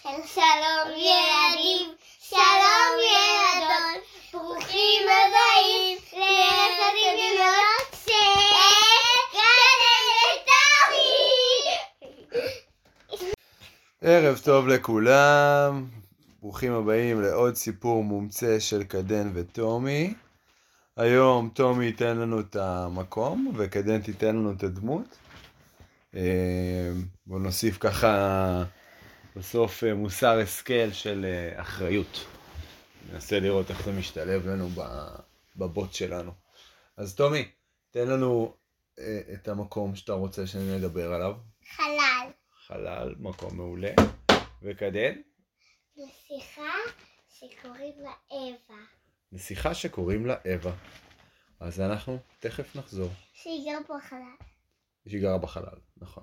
שלום ילדים, שלום ילדות, ברוכים הבאים לילדים ללמוד קדן וטומי. ערב טוב לכולם, ברוכים הבאים לעוד סיפור מומצא של קדן וטומי. היום טומי ייתן לנו את המקום וקדן תיתן לנו את הדמות. בואו נוסיף ככה בסוף מוסר השכל של אחריות. ננסה לראות איך זה משתלב לנו בבוט שלנו. אז טומי, תן לנו את המקום שאתה רוצה שנדבר עליו. חלל. חלל, מקום מעולה. וקדן? נסיכה שקוראים לה אווה. נסיכה שקוראים לה אווה. אז אנחנו תכף נחזור. שהיא גרה בחלל. שהיא גרה בחלל, נכון.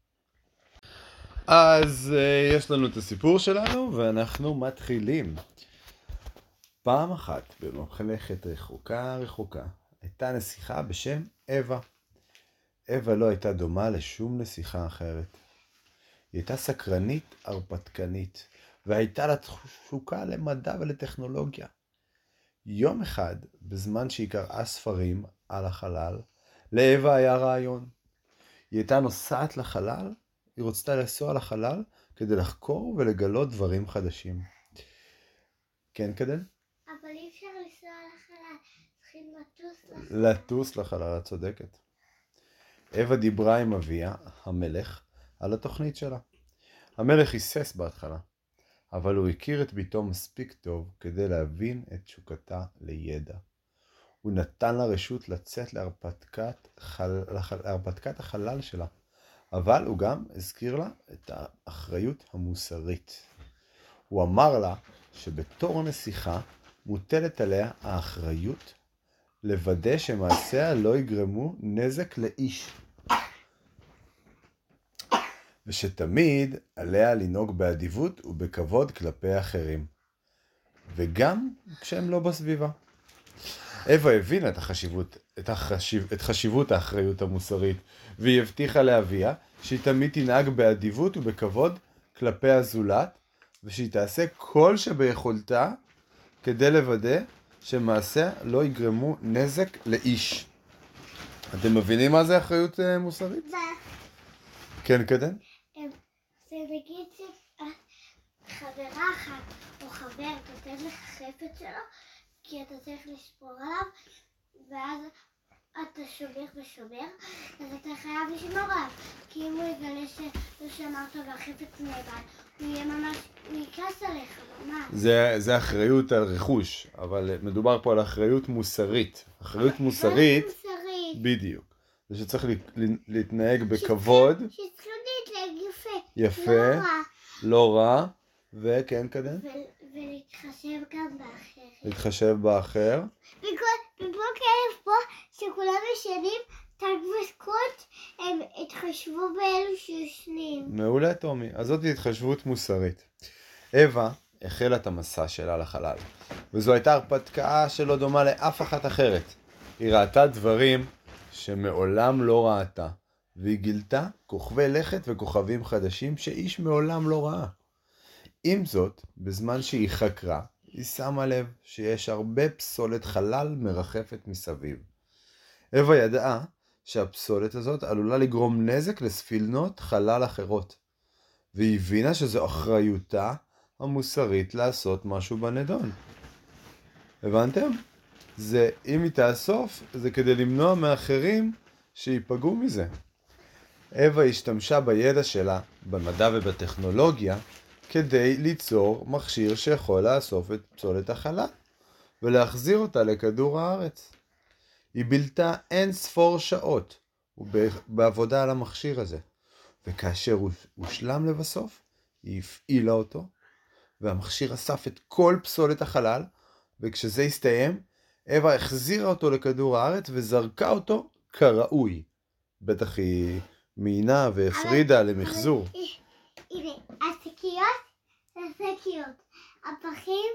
אז יש לנו את הסיפור שלנו ואנחנו מתחילים. פעם אחת בממלכת רחוקה הייתה נסיכה בשם אווה. אווה לא הייתה דומה לשום נסיכה אחרת. היא הייתה סקרנית, הרפתקנית, והייתה לה תשוקה למדע ולטכנולוגיה. יום אחד, בזמן שהיא קראה ספרים על החלל, לאווה היה רעיון. היא הייתה נוסעת לחלל, היא רצתה לנסוע לחלל כדי לחקור ולגלות דברים חדשים. כן, קדן? אבל אי אפשר לנסוע לחלל, צריכים לטוס לחלל, את צודקת. אווה דיברה עם אביה, המלך, על התוכנית שלה. המלך היסס בהתחלה, אבל הוא הכיר את ביתו מספיק טוב כדי להבין את תשוקתה לידע. הוא נתן לה רשות לצאת להרפתקת החלל שלה, אבל הוא גם הזכיר לה את האחריות המוסרית. הוא אמר לה שבתור נסיכה מוטלת עליה האחריות לוודא שמעשיה לא יגרמו נזק לאיש. ושתמיד עליה לנהוג באדיבות ובכבוד כלפי אחרים. וגם כשהם לא בסביבה. אווה הבינה את חשיבות האחריות המוסרית, והיא הבטיחה לאביה שהיא תמיד תנהג באדיבות ובכבוד כלפי הזולת, ושהיא תעשה כל שביכולתה כדי לוודא שמעשיה לא יגרמו נזק לאיש. אתם מבינים מה זה אחריות מוסרית? כן, קדן? זה נגיד שחברה אחת או חבר נותן לך חפץ שלו, כי אתה צריך לשמור עליו, ואז אתה שומר, אז אתה חייב לשמור עליו, כי אם הוא יגלה שלא שמרת והחפץ נאבד, הוא יכעס עליך ממש. זה אחריות על רכוש, אבל מדובר פה על אחריות מוסרית. אחריות מוסרית, בדיוק. זה שצריך להתנהג בכבוד. שצריך להתנהג יפה, לא רע, וכן קדם. ולהתחשב גם באחר. להתחשב באחר. ובוקר פה שכולם ישנים, טק וסקוט, הם התחשבו באלו שישנים. מעולה, טומי. אז זאת התחשבות מוסרית. אווה החלה את המסע שלה לחלל, וזו הייתה הרפתקה שלא דומה לאף אחת אחרת. היא ראתה דברים שמעולם לא ראתה, והיא גילתה כוכבי לכת וכוכבים חדשים שאיש מעולם לא ראה. עם זאת, בזמן שהיא חקרה, היא שמה לב שיש הרבה פסולת חלל מרחפת מסביב. אווה ידעה שהפסולת הזאת עלולה לגרום נזק לספינות חלל אחרות, והיא הבינה שזו אחריותה המוסרית לעשות משהו בנדון. הבנתם? אם היא תאסוף, זה כדי למנוע מאחרים שיפגעו מזה. אווה השתמשה בידע שלה, במדע ובטכנולוגיה, כדי ליצור מכשיר שיכול לאסוף את פסולת החלל, ולהחזיר אותה לכדור הארץ. היא בילתה אין ספור שעות בעבודה על המכשיר הזה, וכאשר הוא הושלם לבסוף, היא הפעילה אותו, והמכשיר אסף את כל פסולת החלל, וכשזה הסתיים, אווה החזירה אותו לכדור הארץ וזרקה אותו כראוי. בטח היא מינה והפרידה למחזור. הנה, השקיות, הפחים,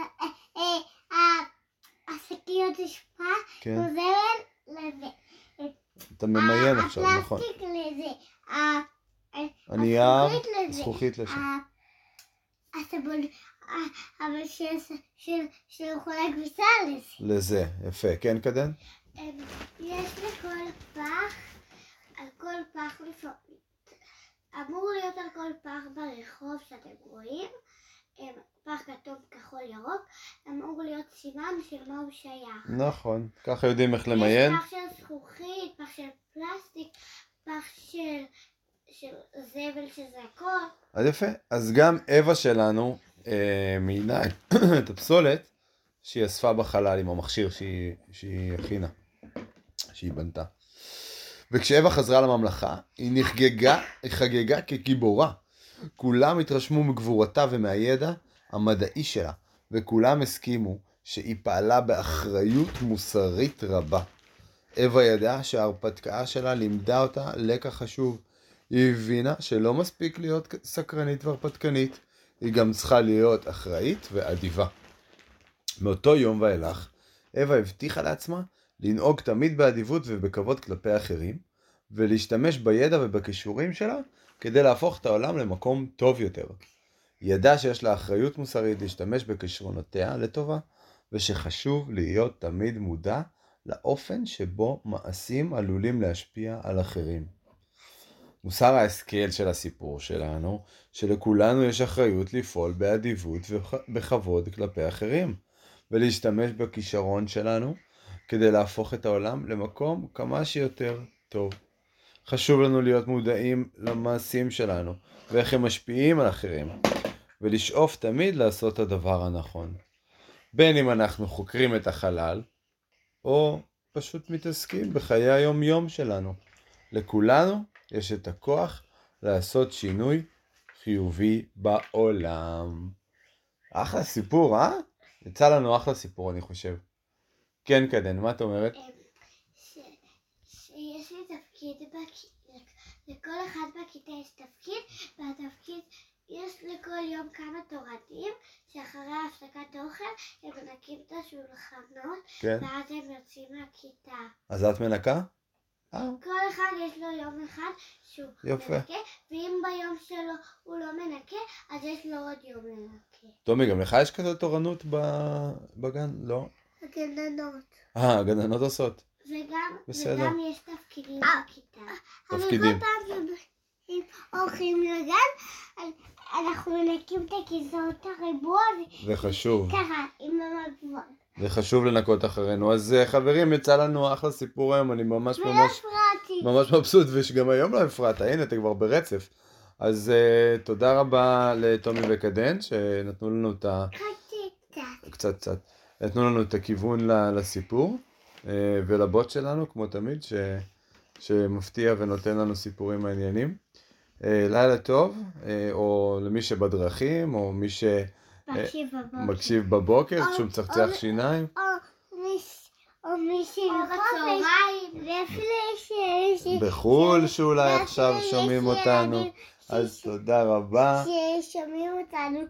השקיות אשפה, גוזרת לזה. אתה ממיין עכשיו, נכון. הפלסטיק לזה, הנייר, זכוכית לשם. אבל של חולק כביסה לזה, יפה. כן, קדן? יש לכל פח, על כל פח אמור להיות על כל פח ברחוב שאתם רואים, פח כתוב כחול ירוק, אמור להיות סימן של מה הוא שייך. נכון, ככה יודעים איך למיין. יש פח של זכוכית, פח של פלסטיק, פח של זבל שזה הכל. אז יפה, אז גם אווה שלנו מיינה את הפסולת שהיא אספה בחלל עם המכשיר שהיא הכינה, שהיא בנתה. וכשאווה חזרה לממלכה, היא חגגה כגיבורה. כולם התרשמו מגבורתה ומהידע המדעי שלה, וכולם הסכימו שהיא פעלה באחריות מוסרית רבה. אווה ידעה שההרפתקה שלה לימדה אותה לקח חשוב. היא הבינה שלא מספיק להיות סקרנית והרפתקנית, היא גם צריכה להיות אחראית ואדיבה. מאותו יום ואילך, אווה הבטיחה לעצמה לנהוג תמיד באדיבות ובכבוד כלפי אחרים, ולהשתמש בידע ובכישורים שלה כדי להפוך את העולם למקום טוב יותר. היא ידעה שיש לה אחריות מוסרית להשתמש בכישרונותיה לטובה, ושחשוב להיות תמיד מודע לאופן שבו מעשים עלולים להשפיע על אחרים. מוסר ההשכל של הסיפור שלנו, שלכולנו יש אחריות לפעול באדיבות ובכבוד כלפי אחרים, ולהשתמש בכישרון שלנו כדי להפוך את העולם למקום כמה שיותר טוב. חשוב לנו להיות מודעים למעשים שלנו, ואיך הם משפיעים על אחרים, ולשאוף תמיד לעשות את הדבר הנכון. בין אם אנחנו חוקרים את החלל, או פשוט מתעסקים בחיי היום-יום שלנו. לכולנו יש את הכוח לעשות שינוי חיובי בעולם. אחלה סיפור, יצא לנו אחלה סיפור, אני חושב. כן, קדן, מה את אומרת? שיש לי תפקיד, לכל אחד בכיתה יש תפקיד, והתפקיד יש לכל יום כמה תורנים, שאחרי הפסקת אוכל הם מנקים את השולחנות, כן. ואז הם יוצאים מהכיתה. אז את מנקה? כל אחד יש לו יום אחד שהוא יפה. מנקה, ואם ביום שלו הוא לא מנקה, אז יש לו עוד יום לנקה. תומי, גם לך יש כזה תורנות בגן? לא? הגננות. הגננות עושות. וגם יש תפקידים בכיתה. תפקידים. אבל כל פעם אם הולכים לגן, אנחנו מנקים את הכיסאות הריבוע. זה חשוב. ככה, עם המגבול. זה חשוב לנקות אחרינו. אז חברים, יצא לנו אחלה סיפור היום, אני ממש מבסוט, וגם היום לא הפרעת, הנה, אתה כבר ברצף. אז תודה רבה לתומי וקדן, שנתנו לנו קצת, נתנו לנו את הכיוון לסיפור, ולבוט שלנו, כמו תמיד, שמפתיע ונותן לנו סיפורים מעניינים. לילה טוב, או למי שבדרכים, או מי שמקשיב בבוקר, כשהוא מצחצח שיניים. או מי בחול שאולי עכשיו שומעים אותנו, אז תודה רבה. ששומעים אותנו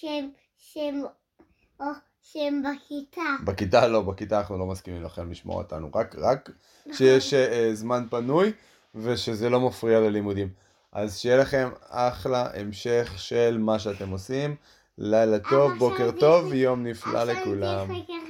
שהם בכיתה. בכיתה לא, בכיתה אנחנו לא מסכימים לכם לשמוע אותנו, רק שיש זמן פנוי ושזה לא מפריע ללימודים. אז שיהיה לכם אחלה המשך של מה שאתם עושים, לילה טוב, בוקר טוב, יום נפלא לכולם.